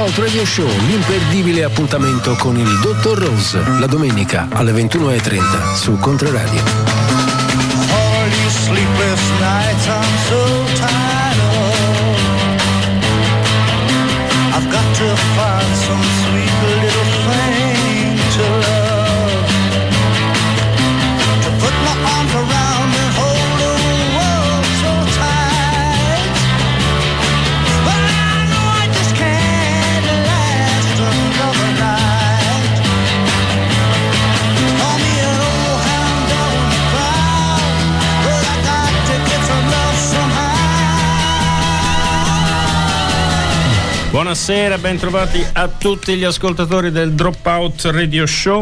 Dropout Radio Show, l'imperdibile appuntamento con il Dottor Rose, la domenica alle 21:30 su Controradio. All these sleepless nights I'm so tired of. I've got to find some sweet little thing to love, to put my arms around and hold the world so tight. But I know I just can't last another night. Call me an old hound dog on the prowl, but I got to get some love somehow. Buonasera, ben trovati a tutti gli ascoltatori del Dropout Radio Show.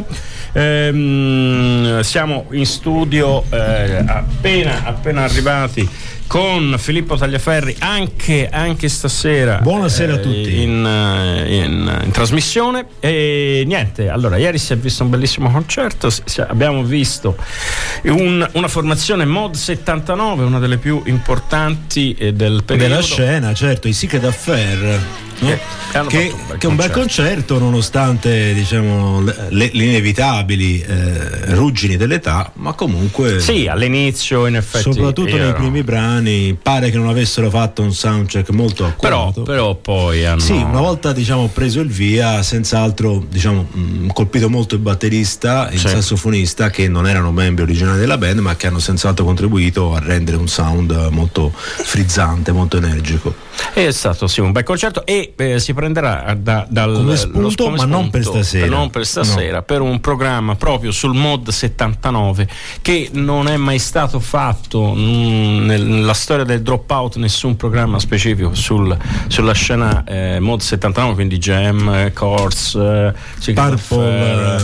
Siamo in studio appena arrivati con Filippo Tagliaferri anche stasera. Buonasera a tutti in trasmissione. E niente, allora ieri si è visto un bellissimo concerto, abbiamo visto una formazione Mod 79, una delle più importanti del periodo della scena, certo, i Secret Affair, no? Che è un bel concerto nonostante, diciamo, le inevitabili ruggini dell'età, ma comunque sì, all'inizio in effetti, soprattutto nei primi brani pare che non avessero fatto un soundcheck molto accurato, però poi hanno... Sì, una volta, diciamo, preso il via, senz'altro, diciamo, colpito molto il batterista, il sassofonista, che non erano membri originali della band, ma che hanno senz'altro contribuito a rendere un sound molto frizzante, molto energico. È stato un bel concerto e si prenderà come spunto, ma non per stasera, per un programma proprio sul Mod 79 che non è mai stato fatto nella storia del Dropout, nessun programma specifico sulla scena Mod 79, quindi Jam, Course, Purple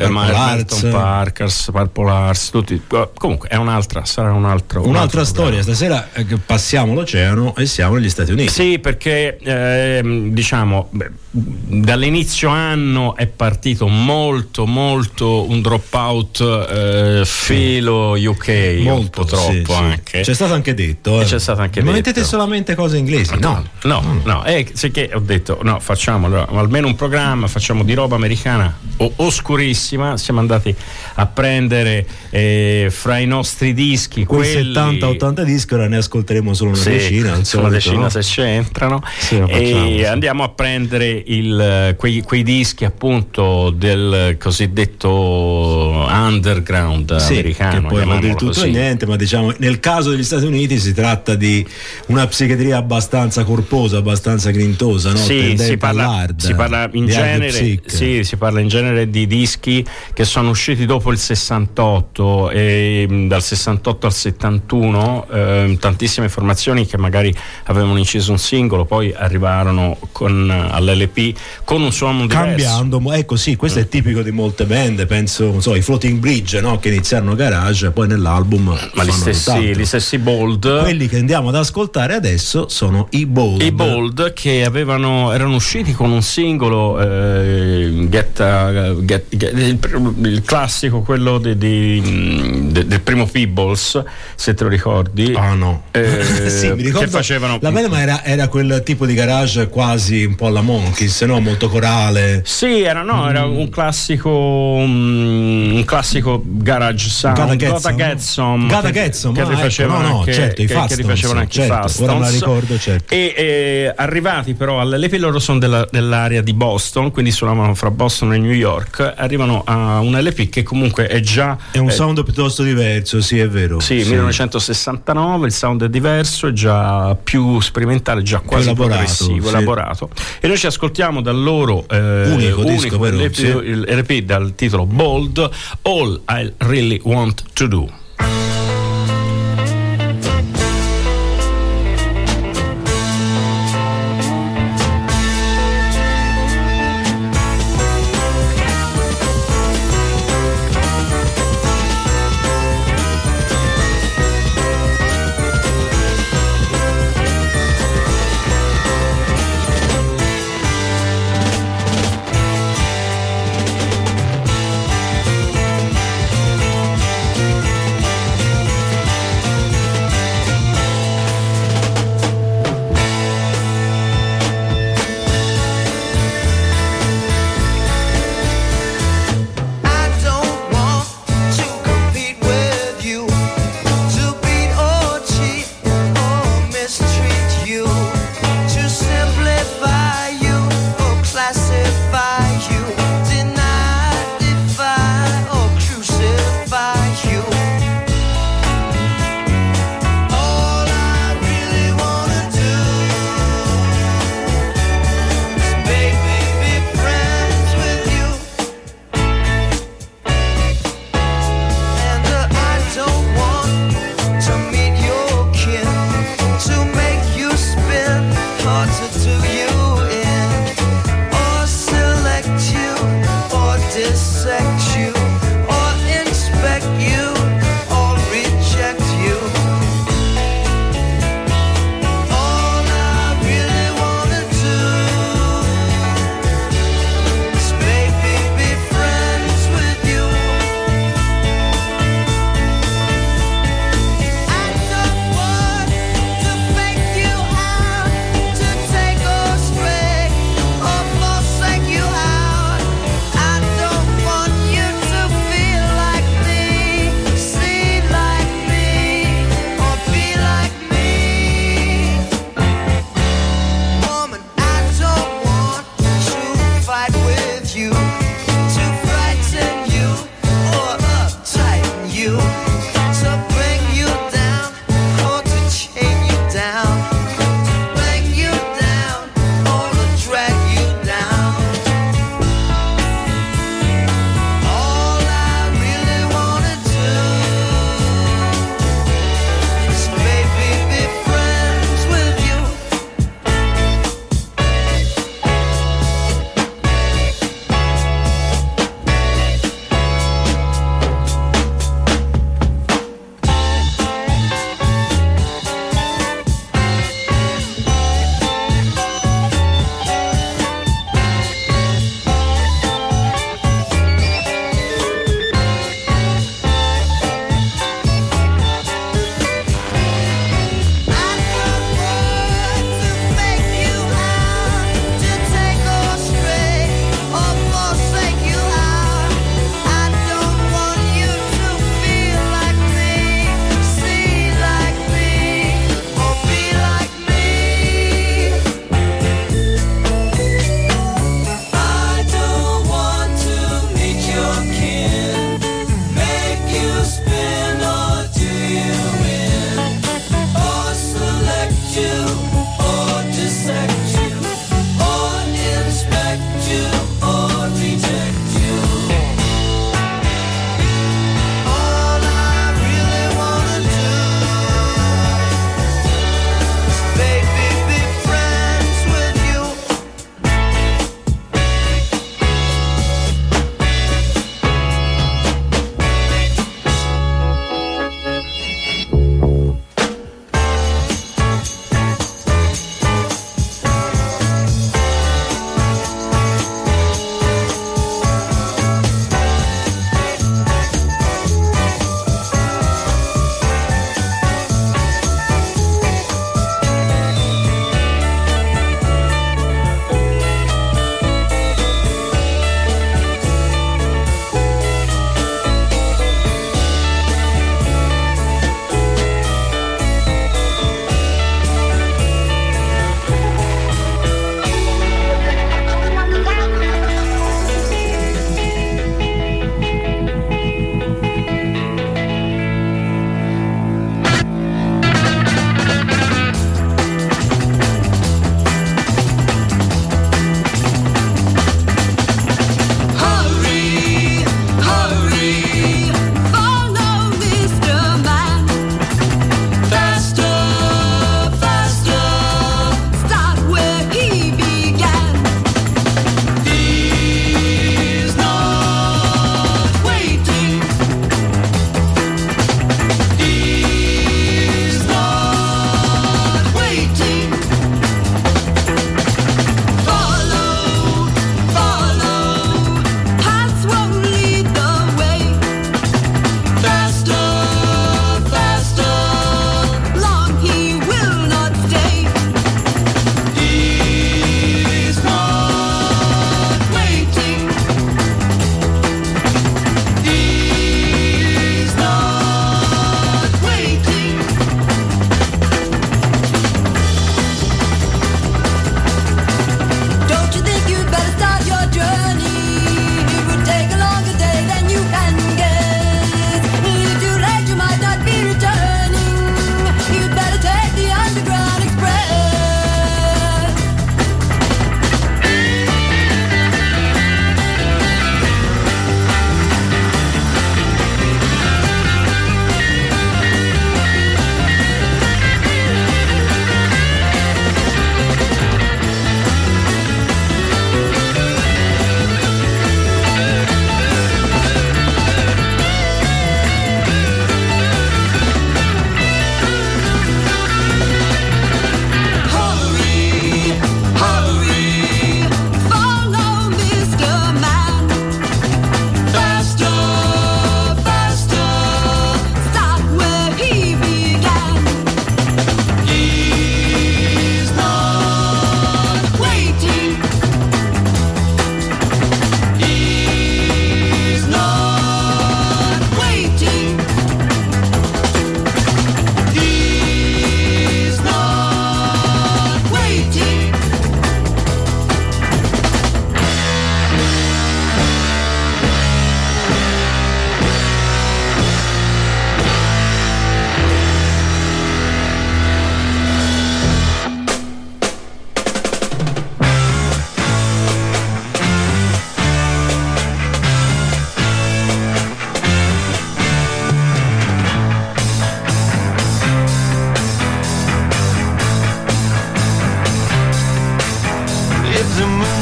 Hearts, tutti. Comunque sarà un'altra storia. Stasera passiamo l'oceano e siamo negli Stati Uniti. Sì, perché diciamo dall'inizio anno è partito molto un Dropout filo UK, molto, un po' troppo, sì. Anche c'è stato anche detto, c'è stato anche non detto. mettete solamente cose inglesi, no, che ho detto facciamo almeno un programma, facciamo di roba americana oscurissima. Siamo andati a prendere fra i nostri dischi quei 70-80 dischi, ora ne ascolteremo solo una decina, una decina se c'entrano, e andiamo a prendere quei dischi appunto del cosiddetto underground americano, che poi va del tutto e niente, ma diciamo nel caso degli Stati Uniti si tratta di una psichiatria abbastanza corposa, abbastanza grintosa, no? Sì, si parla in genere di dischi che sono usciti dopo il 68 e dal 68 al 71, tantissime formazioni che magari avevano inciso un singolo, poi arrivarono all'LP con un suono diverso, cambiando. Ecco, sì, questo è tipico di molte band, penso, i Floating Bridge, no? Che iniziarono garage e poi nell'album gli stessi Bold. Quelli che andiamo ad ascoltare adesso sono i Bold che erano usciti con un singolo il classico, quello del primo Peebles, se te lo ricordi. Sì, mi ricordo, che facevano la band, ma era quel tipo di garage quasi un po' alla Monkeys, no? Molto corale. Sì, era un classico garage sound, Gotta Get Some che rifacevano i Fastons, ora me la ricordo, certo. E arrivati però all'LP, loro sono dell'area di Boston, quindi suonavano fra Boston e New York, arrivano a un LP che comunque è un sound piuttosto diverso, sì, è vero. Sì, 1969, il sound è diverso, è già più sperimentale, già quasi progressivo, elaborato. E noi ci ascoltiamo dal loro unico disco, il LP dal titolo Bold, All I Really Want to Do.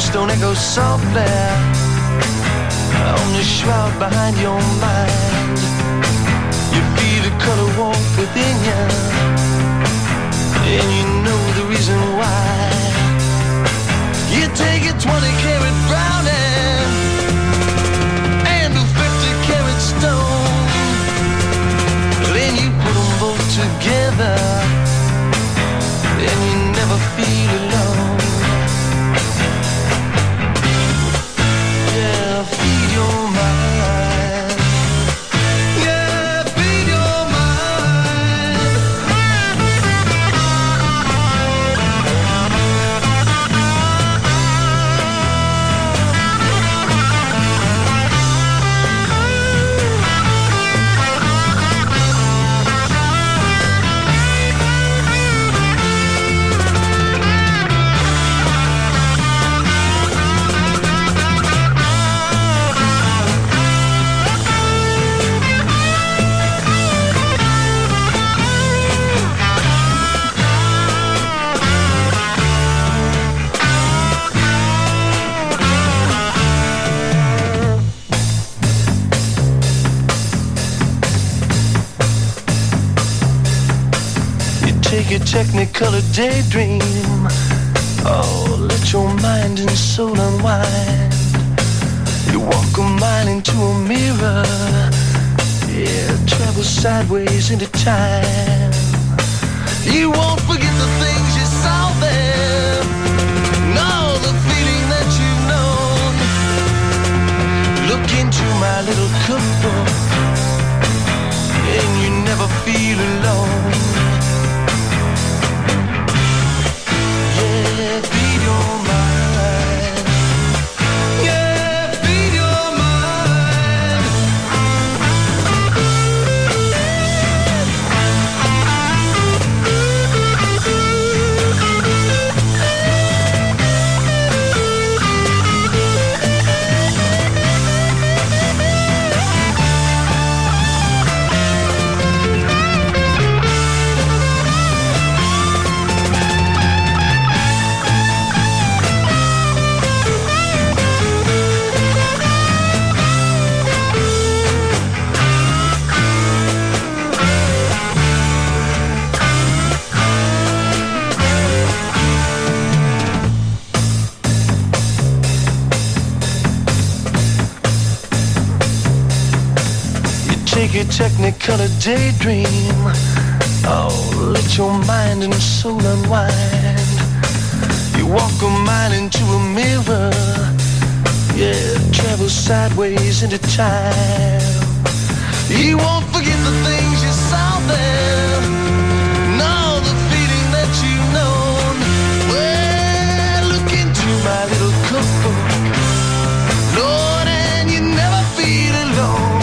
tombstone echoes softly on the shroud behind your mind. You feel the color warmth within you, and you know the reason why. You take a 20-carat brownie and a 50-carat stone, then you put them both together, and you never feel alone. Yeah, feed your mind. Yeah, feed your mind. Take a technicolor daydream. Oh, let your mind and soul unwind. You walk a mile into a mirror. Yeah, travel sideways into time. You won't forget the things you saw there. No, the feeling that you've known. Look into my little cookbook, and you never feel alone. Yeah, feed your mind. Yeah, feed your mind. Take a technicolor daydream. Oh, let your mind and soul unwind. You walk a mile into a mirror. Yeah, travel sideways into time. You won't forget the things you saw there. No, the feeling that you've known. Well, look into my little cookbook, Lord, and you never feel alone.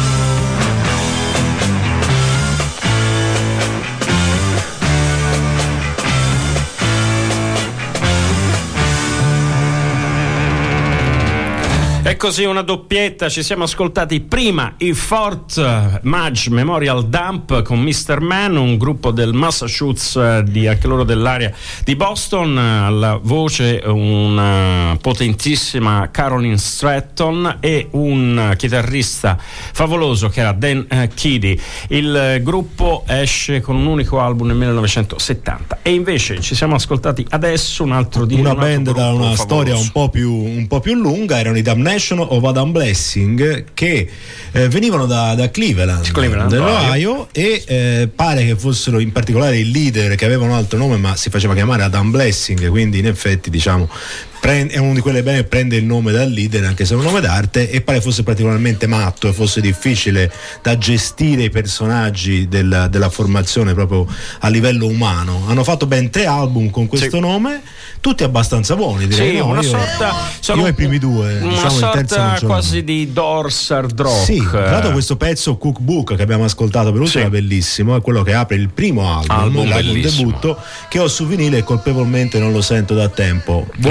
E così una doppietta, ci siamo ascoltati prima i Fort Mudge Memorial Dump con Mr. Man, un gruppo del Massachusetts, anche loro dell'area di Boston, alla voce una potentissima Caroline Stratton e un chitarrista favoloso che era Dan Kiddy. Il gruppo esce con un unico album nel 1970 e invece ci siamo ascoltati adesso un altro di una band da una favoloso. Storia un po' più lunga, erano i Damnation of Adam Blessing, che venivano da Cleveland dell'Ohio, e pare che fossero in particolare il leader, che aveva un altro nome ma si faceva chiamare Adam Blessing, quindi in effetti diciamo è uno di quelle band che prende il nome dal leader anche se è un nome d'arte, e pare fosse particolarmente matto e fosse difficile da gestire i personaggi della formazione proprio a livello umano. Hanno fatto ben 3 album con questo nome, tutti abbastanza buoni, direi. Sì, no? una io i primi 2, una diciamo, sorta il terzo quasi di Doors hard rock. Sì, tra l'altro questo pezzo Cookbook che abbiamo ascoltato per ultimo è bellissimo, è quello che apre il primo album l'album debutto, che ho su vinile e colpevolmente non lo sento da tempo. Buono anche il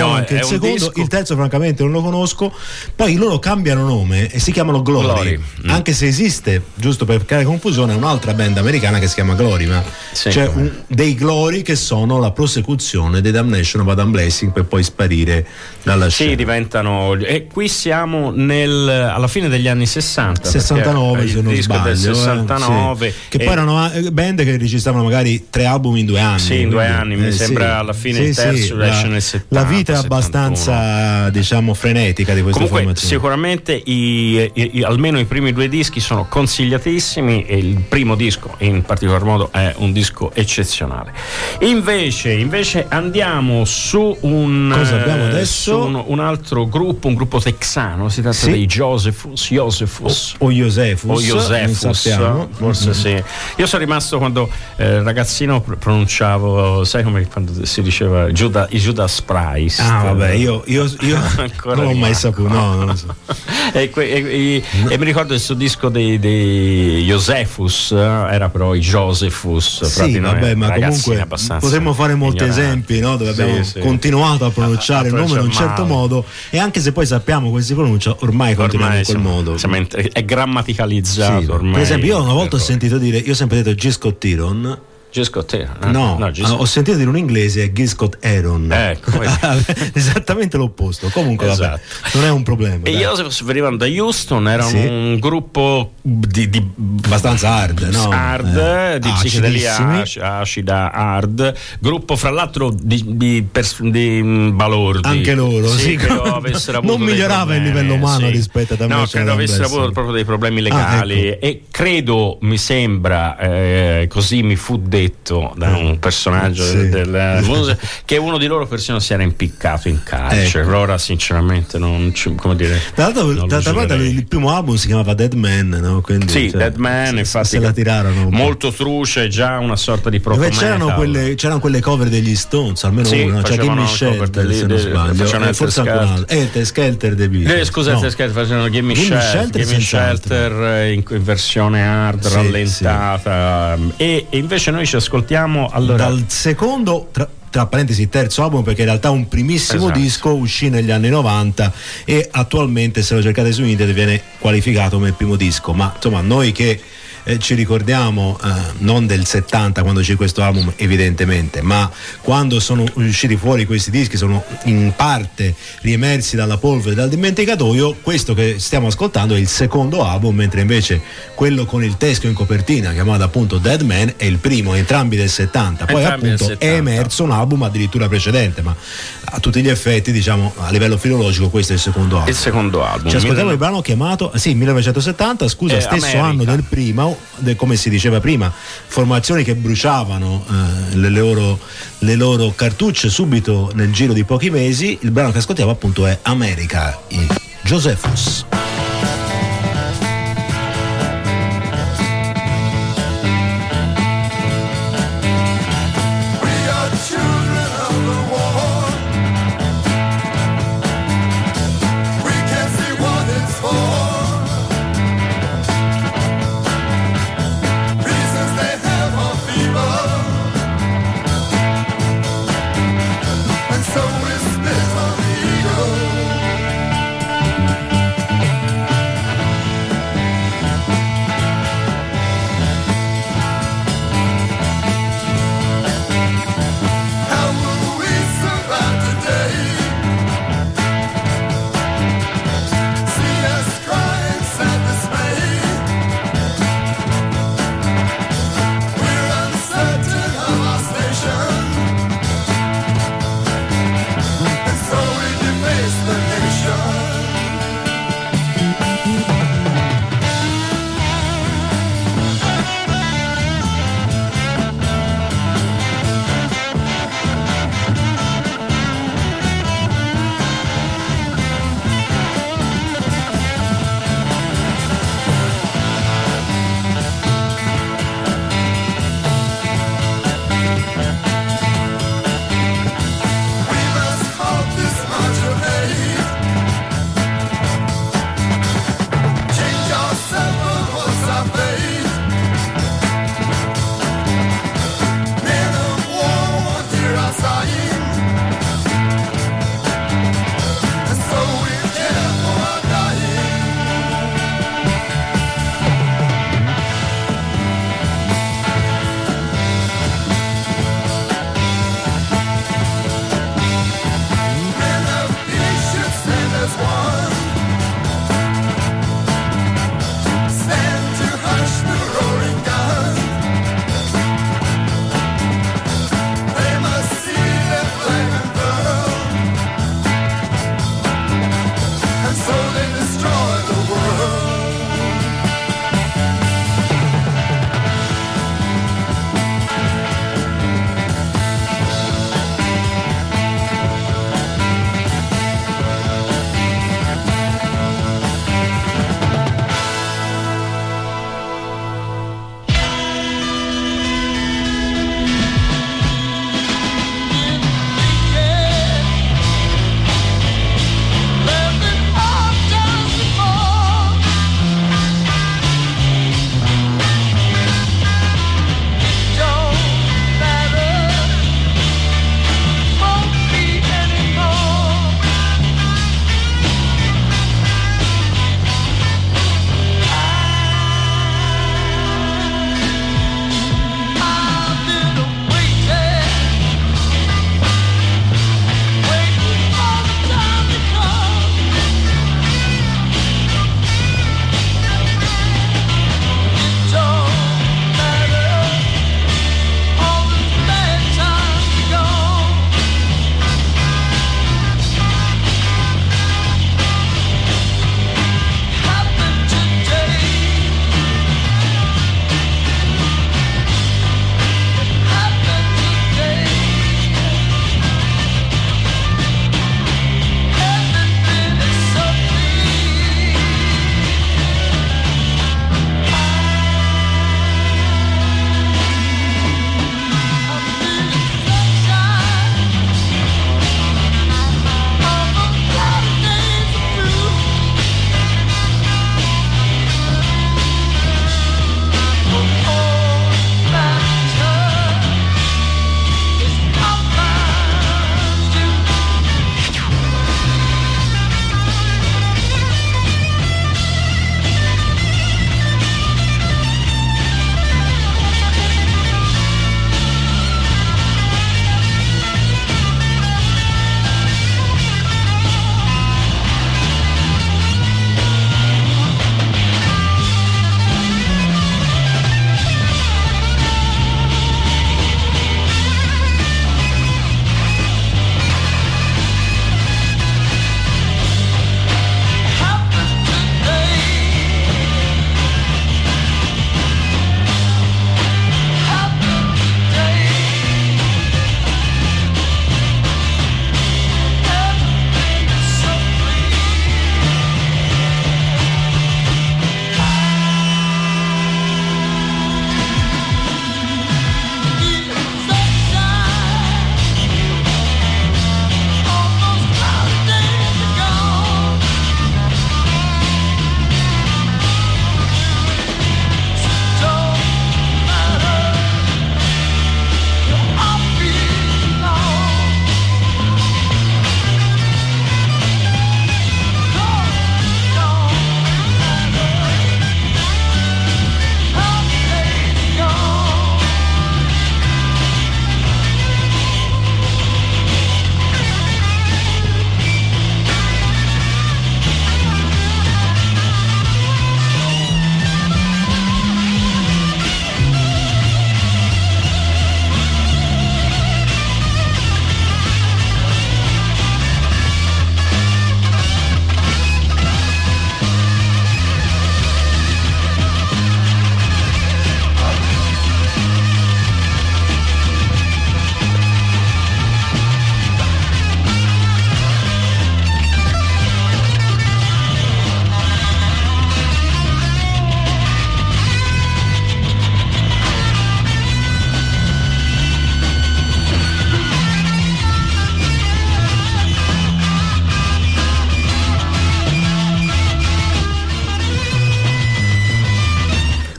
secondo, il terzo francamente non lo conosco. Poi loro cambiano nome e si chiamano Glory. Anche se esiste, giusto per creare confusione, un'altra band americana che si chiama Glory, ma c'è dei Glory che sono la prosecuzione dei Damnation of Adam Blessing per poi sparire dalla scena. Sì, diventano, e qui siamo alla fine degli anni 60, 69 se non sbaglio, del 69 sì. Che poi erano band che registravano magari 3 album in 2 anni. Sì, in 2 anni, mi sembra alla fine il terzo esce nel 70. La vita è abbastanza, diciamo, frenetica di questa formazione. Comunque sicuramente almeno i primi 2 dischi sono consigliatissimi e il primo disco in particolar modo è un disco eccezionale. Invece andiamo su cosa abbiamo adesso? Un altro gruppo, un gruppo texano, si tratta dei Josephus o Josephus, forse sì. Io sono rimasto quando ragazzino pronunciavo, sai come quando si diceva Judas Priest. Vabbè, io non l'ho mai saputo, non lo so. E mi ricordo questo disco dei Josephus, era però i Josephus. Sì, vabbè, ma comunque potremmo fare molti esempi, no? Dove abbiamo continuato a pronunciare il nome in un certo modo, e anche se poi sappiamo come si pronuncia, ormai continuiamo in quel modo. È grammaticalizzato ormai. Per esempio, io una volta ho sentito dire, io ho sempre detto G. Scott Heron. Ho sentito dire un inglese Gil Scott Heron. Esattamente l'opposto. Comunque vabbè, non è un problema. E Josephus venivano da Houston, erano un gruppo di abbastanza hard, di psichedelia acida, hard, gruppo fra l'altro di balordi. Anche loro, non migliorava il livello umano rispetto ad Damnation. No, credo avessero avuto proprio dei problemi legali, ecco. E credo, mi sembra, così mi fu detto da un personaggio della musica, che uno di loro persino si era impiccato in carcere. Allora sinceramente non come dire. D'altra parte il primo album si chiamava Dead Man, no? Quindi, Dead Man, infatti se la tirarono molto truce, già una sorta di proto metal. C'erano quelle cover degli Stones, almeno una, cioè Gimme Shelter, se non sbaglio, forse anche un altro. Skelter dei Beatles. Scusate, facevano Gimme Shelter in versione hard, rallentata. E invece noi ci ascoltiamo dal secondo tra parentesi terzo album, perché in realtà un primissimo disco uscì negli anni 90 e attualmente, se lo cercate su internet, viene qualificato come primo disco, ma insomma noi che ci ricordiamo non del 70 quando c'è questo album evidentemente, ma quando sono usciti fuori questi dischi, sono in parte riemersi dalla polvere, dal dimenticatoio. Questo che stiamo ascoltando è il secondo album, mentre invece quello con il teschio in copertina, chiamato appunto Dead Man, è il primo, entrambi del 70. Poi appunto è emerso un album addirittura precedente, ma a tutti gli effetti, diciamo, a livello filologico questo è il secondo album. Ci ascoltiamo il brano chiamato 1970, stesso America. Anno del primo, come si diceva prima, formazioni che bruciavano le loro cartucce subito nel giro di pochi mesi. Il brano che ascoltiamo appunto è America, i Josephus.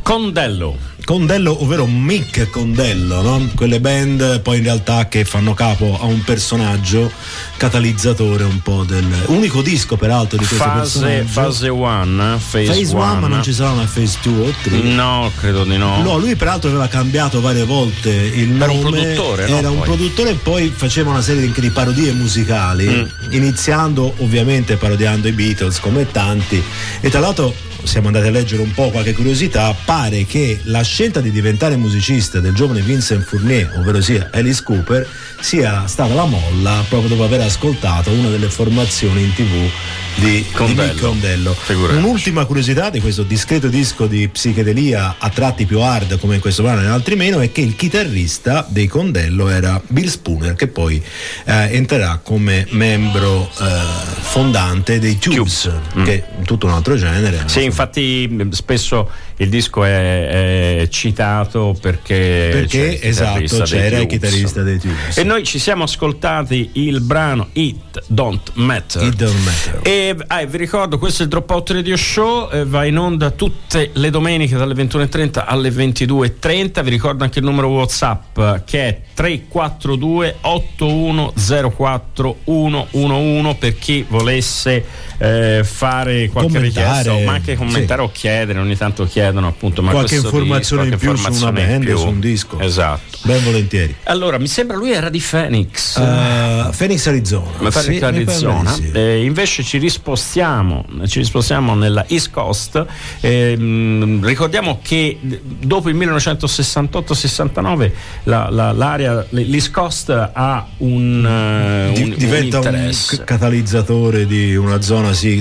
Condello, ovvero Mick Condello, no? Quelle band poi in realtà che fanno capo a un personaggio catalizzatore un po' del unico disco peraltro di questo personaggio. Phase 1, ma non ci sarà una Phase 2 o 3? No, credo di no. No, lui peraltro aveva cambiato varie volte il nome. Era un produttore e poi faceva una serie anche di parodie musicali, iniziando ovviamente parodiando i Beatles come tanti, e tra l'altro siamo andati a leggere un po' qualche curiosità. Pare che la scelta di diventare musicista del giovane Vincent Fournier, ovvero sia Alice Cooper, sia stata la molla proprio dopo aver ascoltato una delle formazioni in TV di Mick Condello. Un'ultima curiosità di questo discreto disco di psichedelia a tratti più hard come in questo brano e in altri meno è che il chitarrista dei Condello era Bill Spooner, che poi entrerà come membro fondante dei Tubes, che è tutto un altro genere. Sì, infatti spesso il disco è citato perché esatto, c'era il chitarrista dei Tubes. E noi ci siamo ascoltati il brano It Don't Matter. E vi ricordo, questo è il Dropout Radio Show, va in onda tutte le domeniche dalle 21:30 alle 22:30. Vi ricordo anche il numero WhatsApp, che è 342 8104 111, per chi volesse fare qualche richiesta, ma anche commentare o chiedere. Ogni tanto chiedono appunto qualche informazione in più su una band, su un disco. Esatto, ben volentieri. Allora, mi sembra lui era di Phoenix, Phoenix Arizona. Sì. Invece ci rispostiamo nella East Coast. Ricordiamo che dopo il 1968-69 l'area, l'East Coast ha diventa un catalizzatore di una zona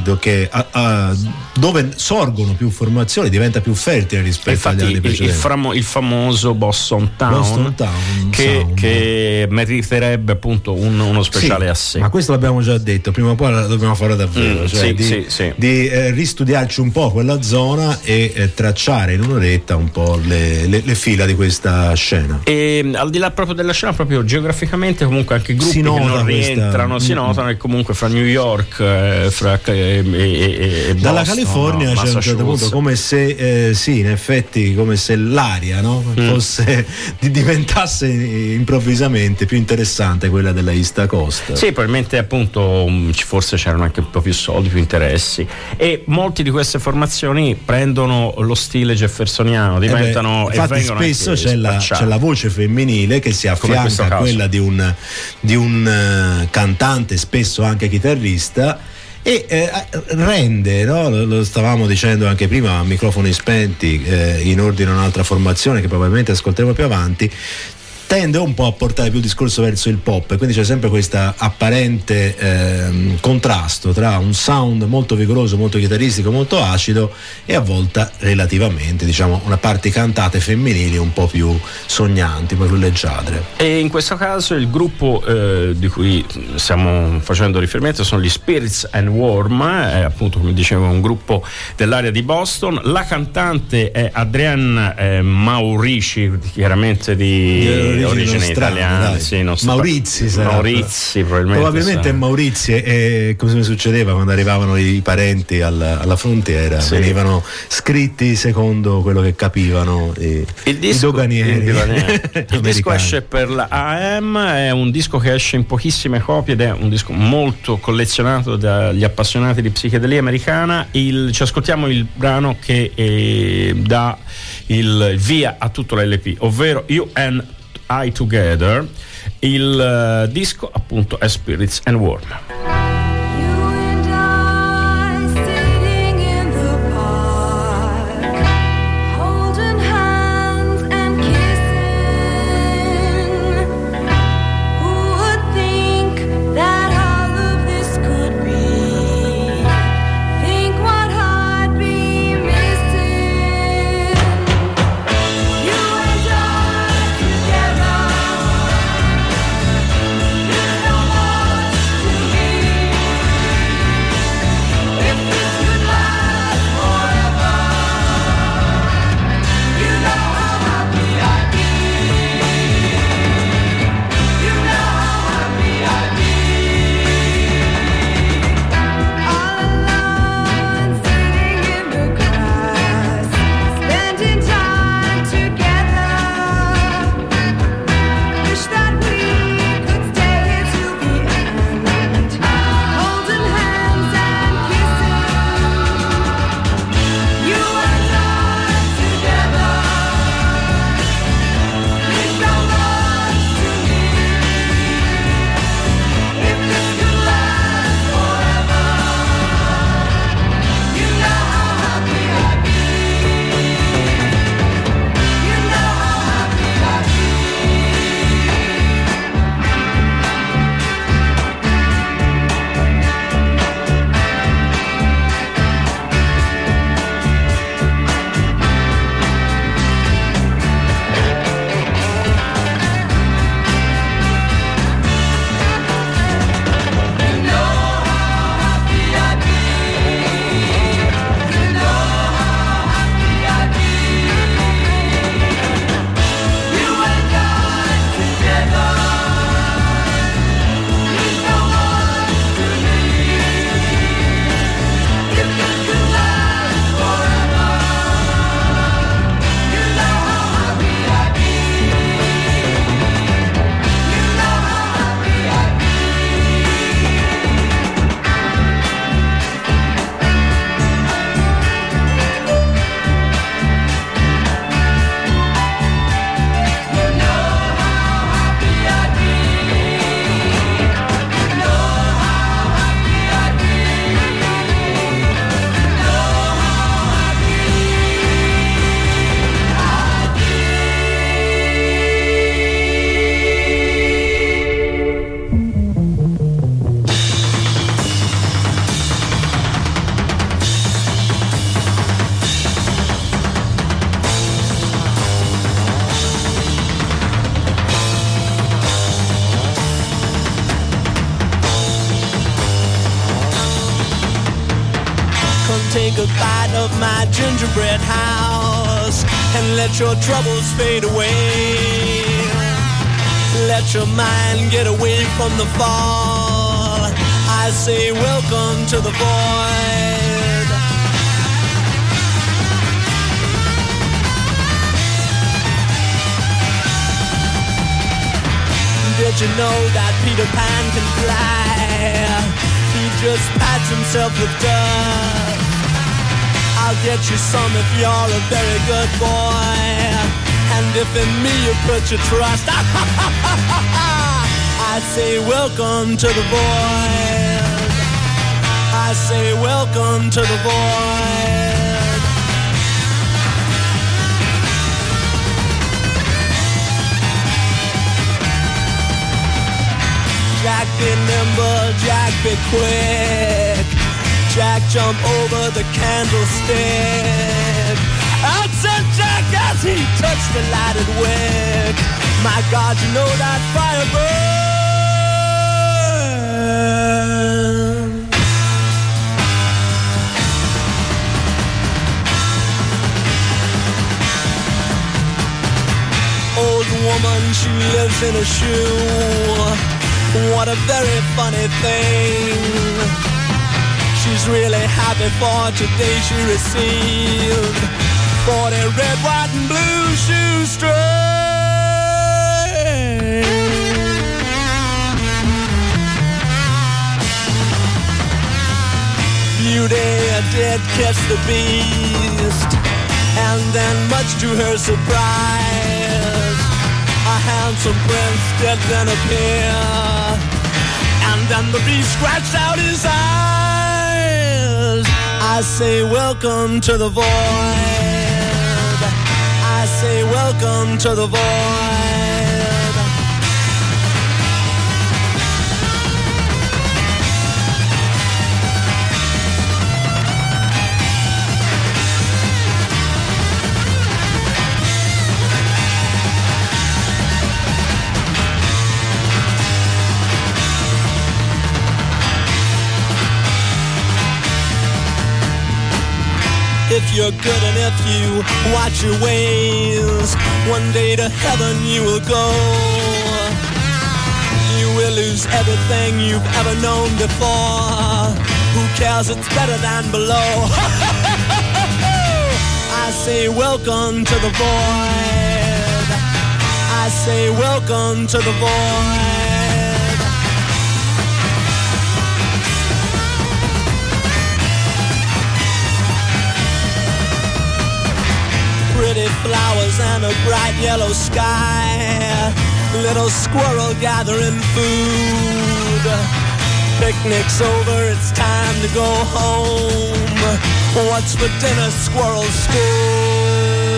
dove sorgono più formazioni, diventa più fertile rispetto agli anni precedenti. Il famoso Boston Town che meriterebbe appunto uno speciale a sé. Ma questo l'abbiamo già detto, prima o poi la dobbiamo fare davvero, di ristudiarci un po' quella zona e tracciare in un'oretta un po' le fila di questa scena. E al di là proprio della scena, proprio geograficamente, comunque anche gruppi che non rientrano si notano, e comunque fra New York, e dalla Boston, California c'è un certo punto come se in effetti come se l'aria fosse diventasse improvvisamente più interessante quella della East Coast. Sì, probabilmente appunto forse c'erano anche un po' più soldi, più interessi, e molti di queste formazioni prendono lo stile jeffersoniano, diventano infatti e vengono spesso c'è la voce femminile che si affianca a quella di un cantante, spesso anche chitarrista, e rende, lo stavamo dicendo anche prima a microfoni spenti, in ordine a un'altra formazione che probabilmente ascolteremo più avanti, tende un po' a portare più il discorso verso il pop, e quindi c'è sempre questo apparente contrasto tra un sound molto vigoroso, molto chitarristico, molto acido, e a volte relativamente una parte cantate femminili un po' più sognanti, un po' più leggiadre. E in questo caso il gruppo di cui stiamo facendo riferimento sono gli Spirits and Worm, appunto, come dicevo, un gruppo dell'area di Boston. La cantante è Adrienne Maurici, chiaramente di origine italiana, Maurizi probabilmente. Maurizi, e come succedeva quando arrivavano i parenti alla frontiera, venivano scritti secondo quello che capivano i doganieri. Il disco esce per la AM, è un disco che esce in pochissime copie ed è un disco molto collezionato dagli appassionati di psichedelia americana. Ci ascoltiamo il brano che dà il via a tutto l'LP, ovvero You and I Together. Il disco appunto è Spirits and Worm. Together, there's so much to be. take a bite of my gingerbread house and let your troubles fade away. Let your mind get away from the fall. I say welcome to the void. Did you know that Peter Pan can fly? He just pats himself with dust. I'll get you some if you're a very good boy, and if in me you put your trust. I say welcome to the void. I say welcome to the void. Jack be nimble, Jack be quick. Jack jump over the candlestick. Out said Jack as he touched the lighted wick. My God, you know that fire burns. Old woman, she lives in a shoe. What a very funny thing. She's really happy for today she received 40 red, white, and blue shoestrings. Beauty did kiss the beast, and then much to her surprise, a handsome prince did then appear, and then the beast scratched out his eyes. I say welcome to the void. I say welcome to the void. If you're good and if you watch your ways, one day to heaven you will go. You will lose everything you've ever known before. Who cares, it's better than below. I say welcome to the void. I say welcome to the void. Pretty flowers and a bright yellow sky. Little squirrel gathering food. Picnic's over, it's time to go home. What's for dinner, squirrel school?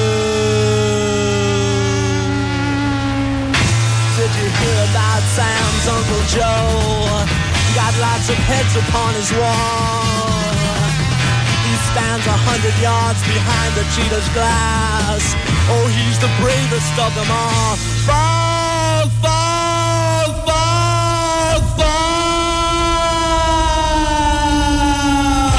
Did you hear about Sam's Uncle Joe? Got lots of heads upon his wall. Stands 100 yards behind the cheetah's glass. Oh, he's the bravest of them all. Fall, fall, fall, fall.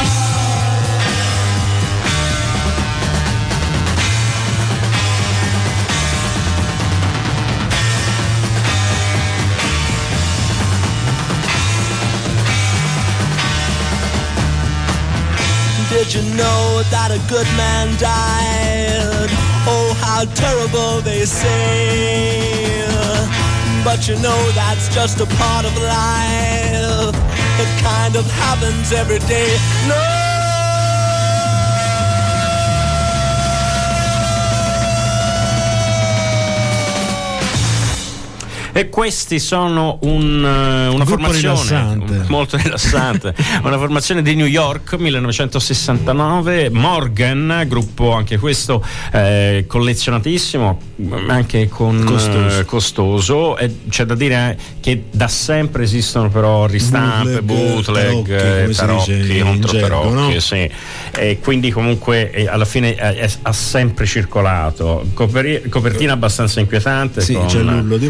Did you know that a good man died? Oh, how terrible they say. But you know that's just a part of life. It kind of happens every day. No! E questi sono una formazione molto rilassante, una formazione di New York, 1969, Morgan, gruppo anche questo collezionatissimo, anche costoso. E c'è da dire che da sempre esistono però ristampe, bootleg, tarocchi, contro tarocchi, no? Sì. E quindi comunque alla fine ha sempre circolato. Copertina abbastanza inquietante, sì, con c'è l'urlo di Monk,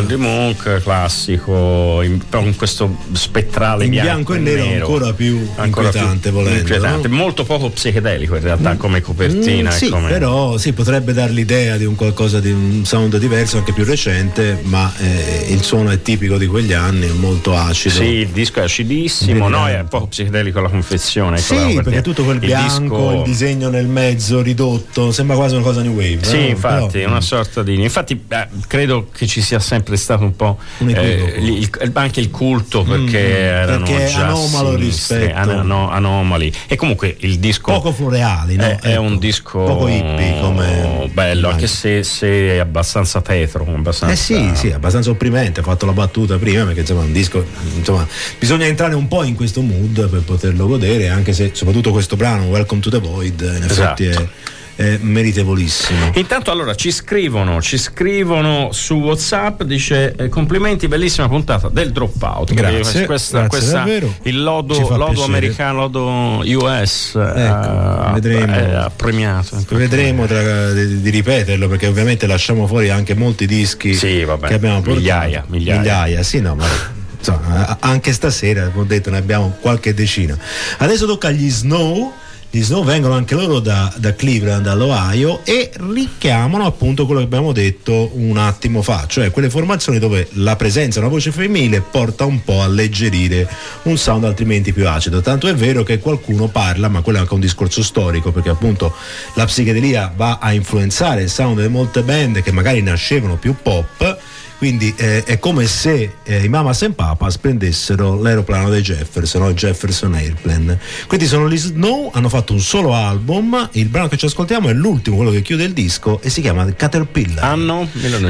to the Monk, classico, però in questo spettrale in bianco e nero ancora più inquietante, volendo. Inquietante. No? Molto poco psichedelico in realtà come copertina. Sì, come... però potrebbe dar l'idea di un qualcosa di un sound diverso, anche più recente, ma il suono è tipico di quegli anni, è molto acido. Sì, il disco è acidissimo, no? È un po' psichedelico la confezione. Sì, perché tutto quel bianco, il disegno nel mezzo ridotto, sembra quasi una cosa new wave. Sì, no? infatti, però, è una sorta di. Infatti, credo che ci sia sempre stato un po' anche il culto, perché erano già anomalo rispetto anomali. E comunque il disco poco floreali, no? È un disco poco hippie come bello, anche se è abbastanza tetro, abbastanza... sì, abbastanza opprimente. Ho fatto la battuta prima perché insomma un disco, bisogna entrare un po' in questo mood per poterlo godere, anche se soprattutto questo brano Welcome to the Void in effetti è meritevolissimo. Intanto allora ci scrivono su WhatsApp, dice complimenti, bellissima puntata del Dropout. Grazie, questa davvero. Il lodo americano, lodo US vedremo, ha premiato. Vedremo di ripeterlo, perché ovviamente lasciamo fuori anche molti dischi che abbiamo portato. Migliaia, sì, no, ma insomma, anche stasera, come ho detto, ne abbiamo qualche decina. Adesso tocca agli Snow. Gli Snow vengono anche loro da Cleveland, dall'Ohio, e richiamano appunto quello che abbiamo detto un attimo fa, cioè quelle formazioni dove la presenza di una voce femminile porta un po' a alleggerire un sound altrimenti più acido. Tanto è vero che qualcuno parla, ma quello è anche un discorso storico, perché appunto la psichedelia va a influenzare il sound di molte band che magari nascevano più pop. Quindi è come se i Mamas and Papas prendessero l'aeroplano dei Jefferson, il Jefferson Airplane. Quindi sono gli Snow, hanno fatto un solo album, il brano che ci ascoltiamo è l'ultimo, quello che chiude il disco, e si chiama Caterpillar. Anno?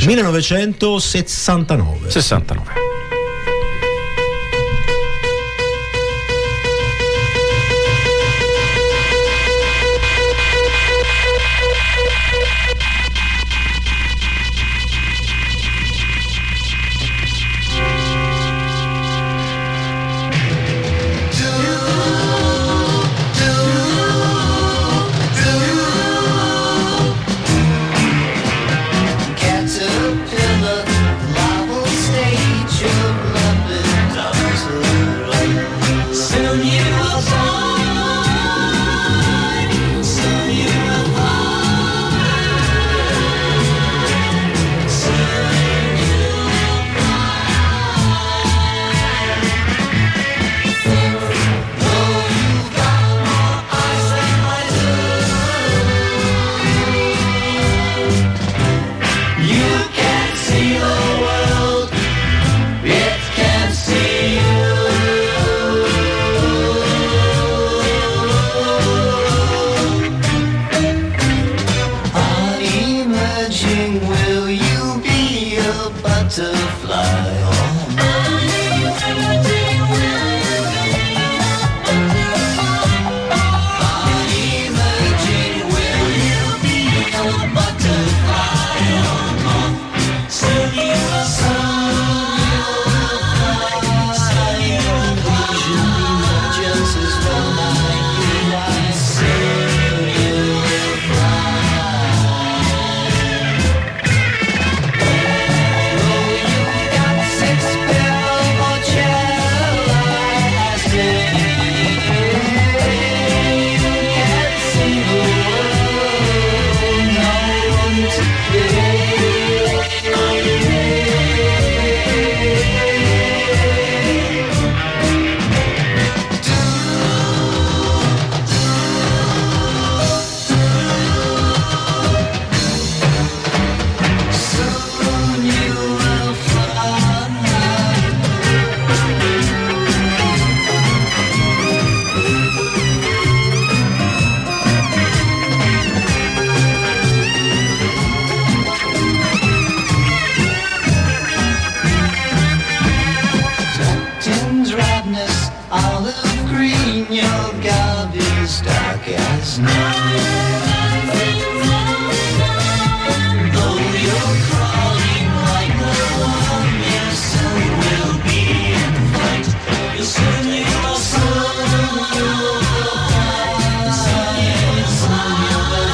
1969. 69.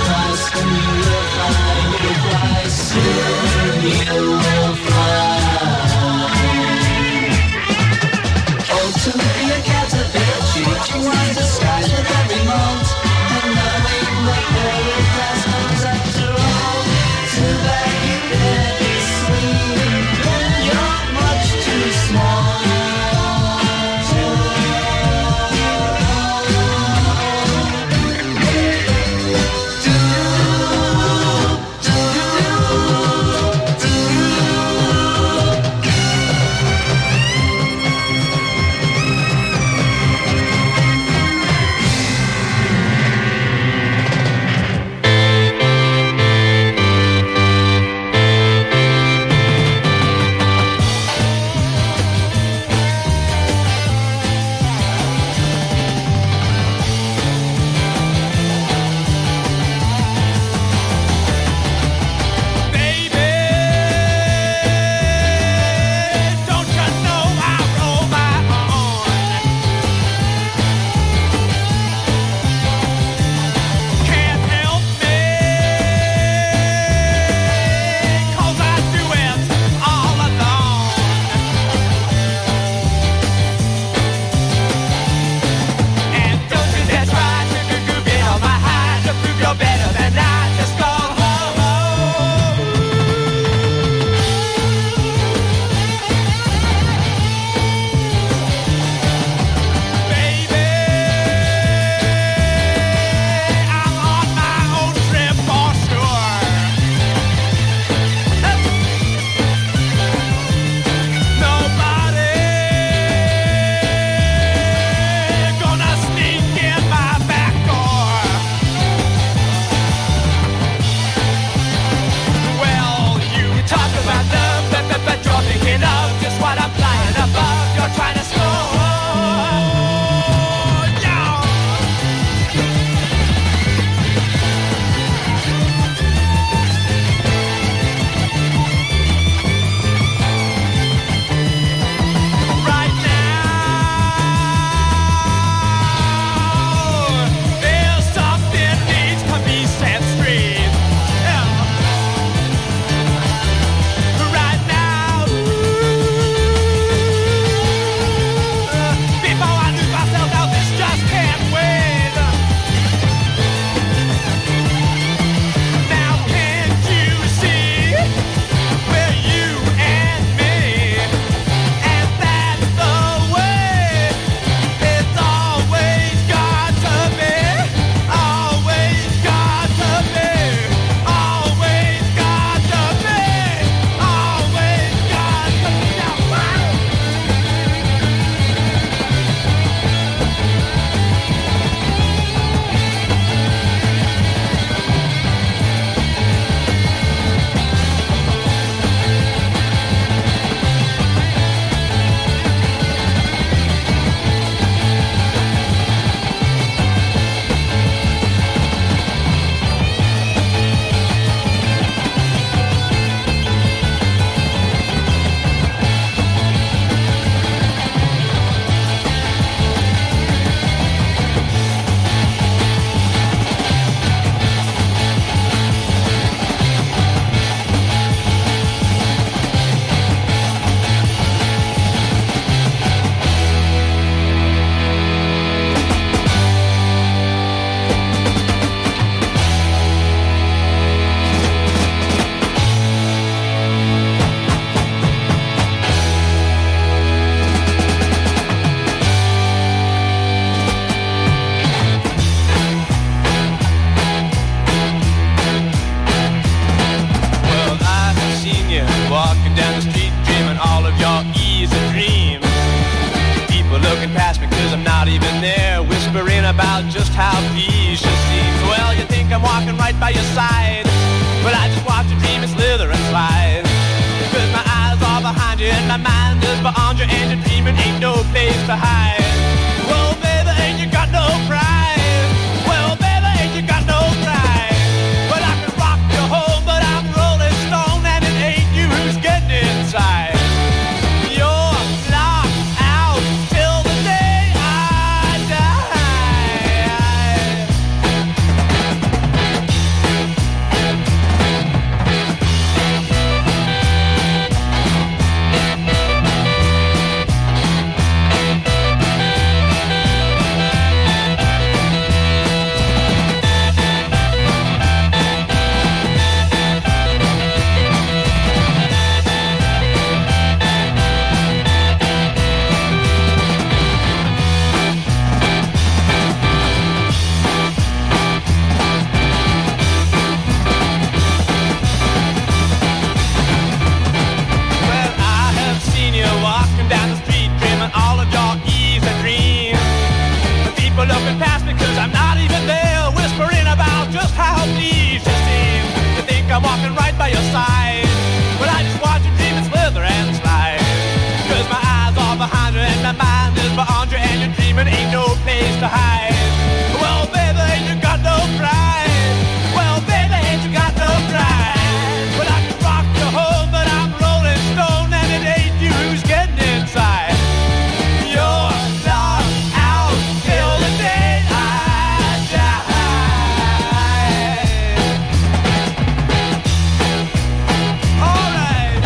Soon you will fly. standing there whispering about just how pleased she seems. Well, you think I'm walking right by your side, but I just watch you dream and slither and slide. Cause my eyes are behind you and my mind is beyond you, and your dreaming ain't no place to hide. Well, baby, ain't you got no pride? Well, baby, ain't you got no pride? Well, I can rock you home, but I'm Rolling Stone, and it ain't you who's getting inside. Looking past me cause I'm not even there, whispering about just how pleased you seem. You think I'm walking right by your side, but I just watch you dream and slither and slide. Cause my eyes are behind you and my mind is beyond you, and your dreaming ain't no place to hide. Well, baby, ain't you got no pride? Well, baby, ain't you got no pride? Well, I can rock you home, but I'm Rolling Stone, and it ain't you who's getting inside. You're lost out till the day I die. All right.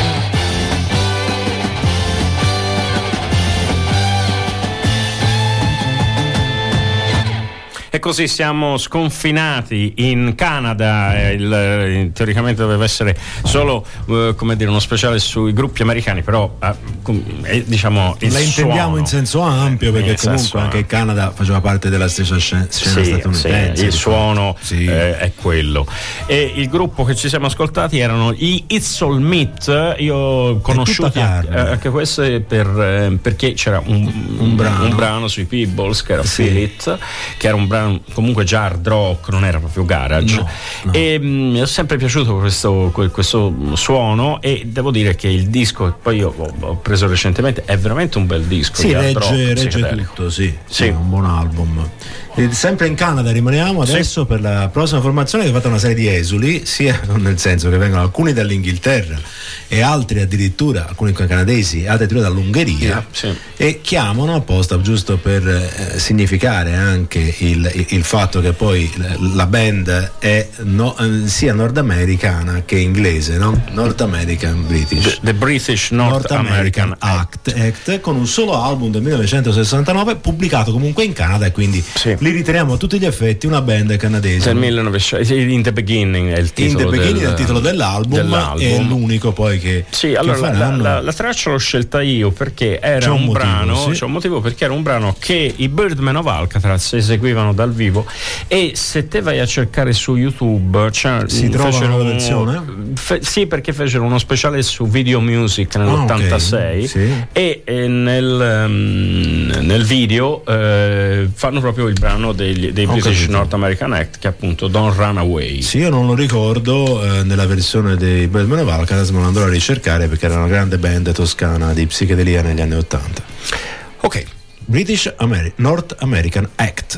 E così siamo sconfinati in Canada. Teoricamente doveva essere solo come dire, uno speciale sui gruppi americani, però diciamo la intendiamo in senso ampio, perché comunque anche il Canada faceva parte della stessa scena statunitense. Sì, il suono è quello. E il gruppo che ci siamo ascoltati erano gli It's All Meat. Io ho conosciuto anche questo perché c'era un brano sui Peebles che era Feel It, che era un brano comunque già hard rock, non era proprio garage. No. E mi è sempre piaciuto questo suono, e devo dire che il disco che poi io ho preso recentemente è veramente un bel disco. Sì, regge tutto, sì, un buon album. Sempre in Canada rimaniamo adesso per la prossima formazione, che ha fatto una serie di esuli, sia nel senso che vengono alcuni dall'Inghilterra e altri addirittura, alcuni canadesi, altri addirittura dall'Ungheria, e chiamano apposta giusto per significare anche il fatto che poi la band è sia nordamericana che inglese, no? North American British, The British North American Act, con un solo album del 1969 pubblicato comunque in Canada, e quindi li riteniamo a tutti gli effetti una band canadese. Del 1900, In the Beginning è il titolo, è il titolo dell'album, è l'unico poi che allora la traccia l'ho scelta io perché era un brano, c'è un motivo, perché era un brano che i Birdmen of Alcatraz eseguivano dal vivo, e se te vai a cercare su YouTube si trova una versione? Sì, perché fecero uno speciale su Video Music nell'86 e nel video fanno proprio il brano dei British North American Act, che è appunto Don't Run Away. Sì, io non lo ricordo nella versione dei Birdmen of Alcatraz, ma lo andrò a ricercare perché era una grande band toscana di psichedelia negli anni 80. Ok, British North American Act.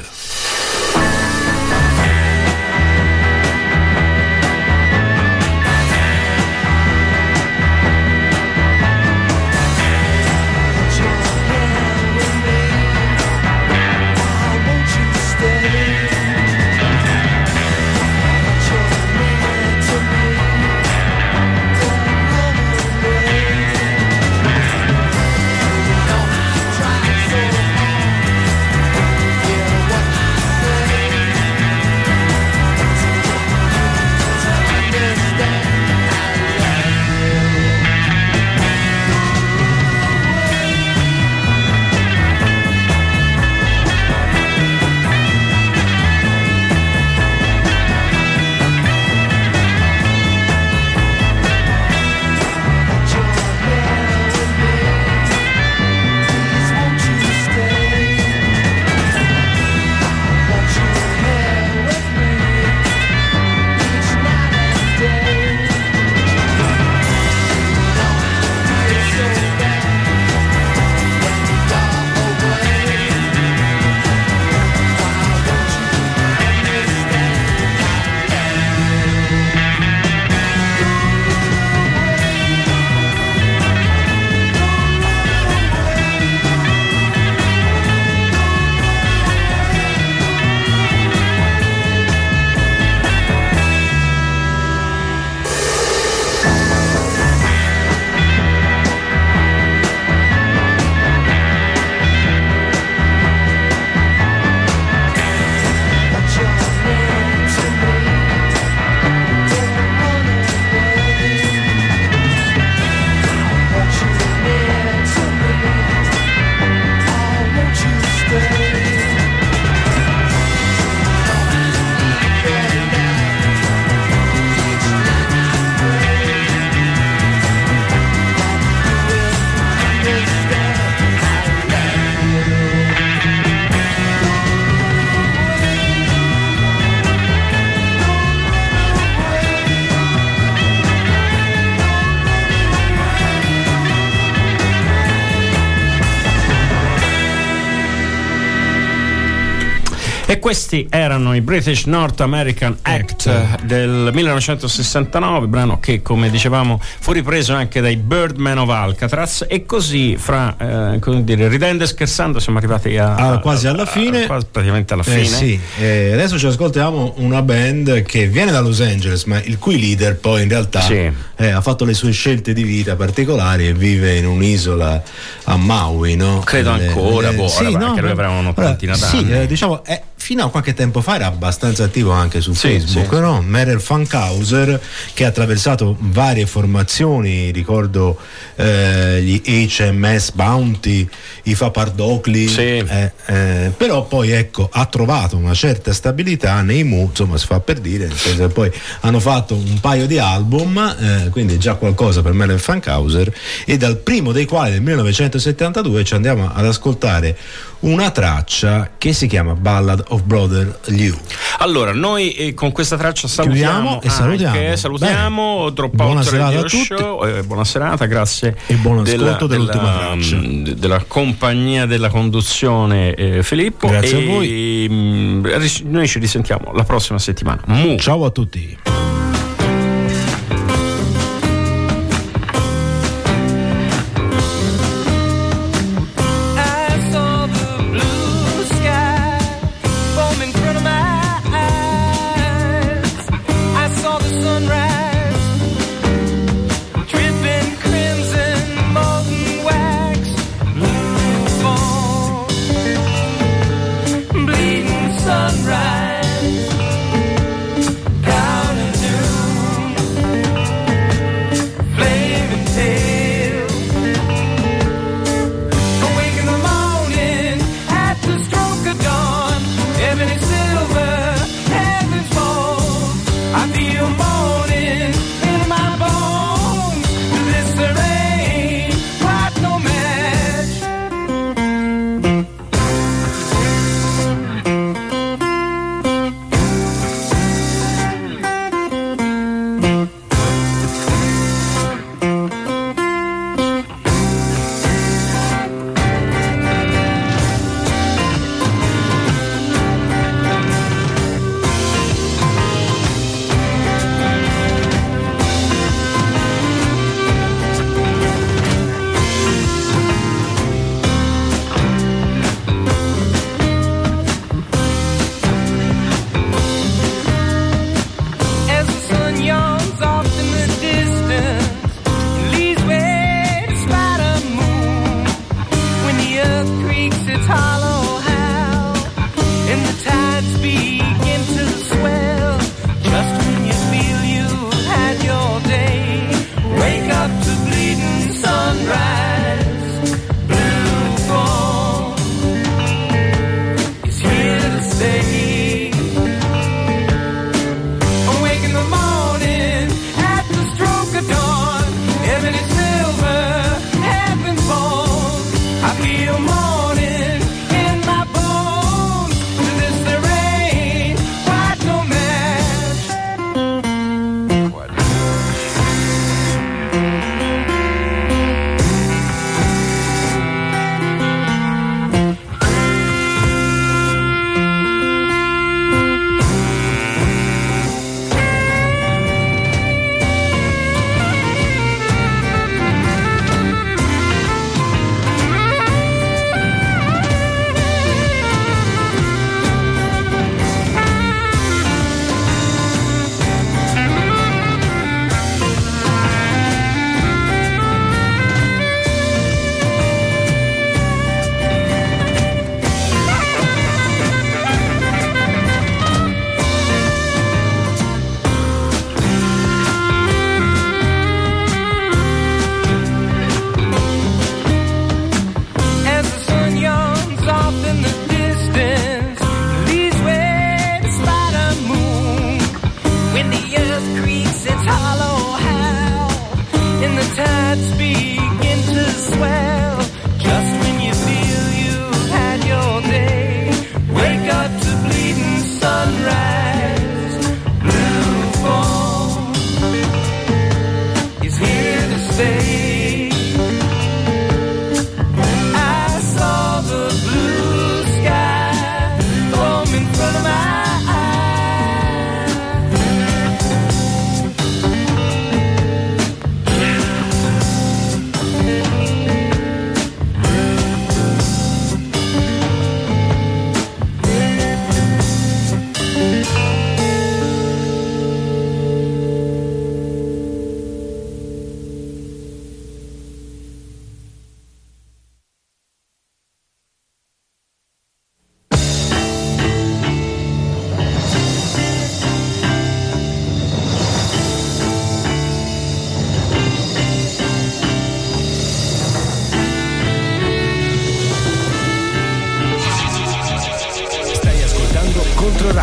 E questi erano i British North American Act del 1969, brano che, come dicevamo, fu ripreso anche dai Birdmen of Alcatraz. E così, come dire, ridendo e scherzando, siamo arrivati quasi alla fine, quasi praticamente alla fine. Sì. Adesso ci ascoltiamo una band che viene da Los Angeles, ma il cui leader poi in realtà ha fatto le sue scelte di vita particolari e vive in un'isola a Maui, no? Credo ancora, che noi avremo un'ottantina d'anni. Diciamo, fino a qualche tempo fa era abbastanza attivo anche su Facebook, no? Meryl Funkhauser, che ha attraversato varie formazioni, ricordo gli HMS Bounty, i Fapardocli, però poi ha trovato una certa stabilità nei Mu, insomma, si fa per dire, nel senso che poi hanno fatto un paio di album, quindi già qualcosa per Meryl Funkhauser, e dal primo dei quali, del 1972, ci andiamo ad ascoltare una traccia che si chiama Ballad of Brother Lew. Allora, noi con questa traccia salutiamo e salutiamo Dropout Radio Show. Buona serata, grazie e buon ascolto dell'ultima traccia, della compagnia della conduzione, Filippo. Grazie a voi. Noi ci risentiamo la prossima settimana. Ciao a tutti. Sunrise, down in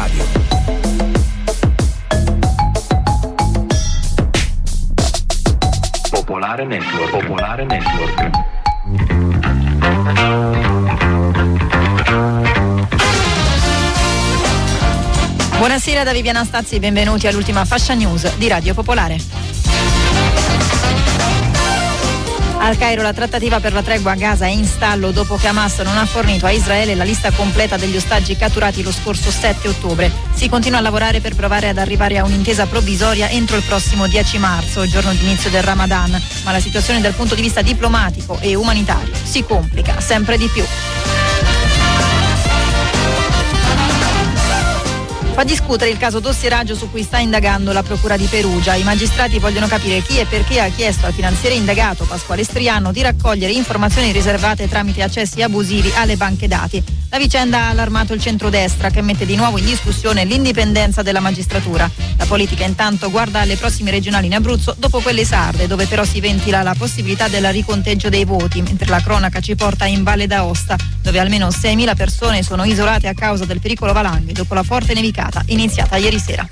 Radio. Popolare Network. Popolare Network. Buonasera da Viviana Stazzi e benvenuti all'ultima fascia news di Radio Popolare. Al Cairo la trattativa per la tregua a Gaza è in stallo dopo che Hamas non ha fornito a Israele la lista completa degli ostaggi catturati lo scorso 7 ottobre. Si continua a lavorare per provare ad arrivare a un'intesa provvisoria entro il prossimo 10 marzo, giorno di inizio del Ramadan, ma la situazione dal punto di vista diplomatico e umanitario si complica sempre di più. Fa discutere il caso dossieraggio su cui sta indagando la Procura di Perugia. I magistrati vogliono capire chi e perché ha chiesto al finanziere indagato Pasquale Striano di raccogliere informazioni riservate tramite accessi abusivi alle banche dati. La vicenda ha allarmato il centrodestra, che mette di nuovo in discussione l'indipendenza della magistratura. La politica intanto guarda alle prossime regionali in Abruzzo dopo quelle sarde, dove però si ventila la possibilità del riconteggio dei voti, mentre la cronaca ci porta in Valle d'Aosta, dove almeno 6.000 persone sono isolate a causa del pericolo valanghe dopo la forte nevicata iniziata ieri sera.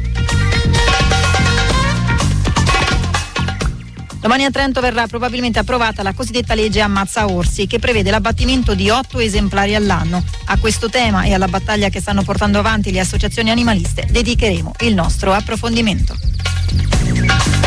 Domani a Trento verrà probabilmente approvata la cosiddetta legge ammazza orsi, che prevede l'abbattimento di 8 esemplari all'anno. A questo tema e alla battaglia che stanno portando avanti le associazioni animaliste dedicheremo il nostro approfondimento.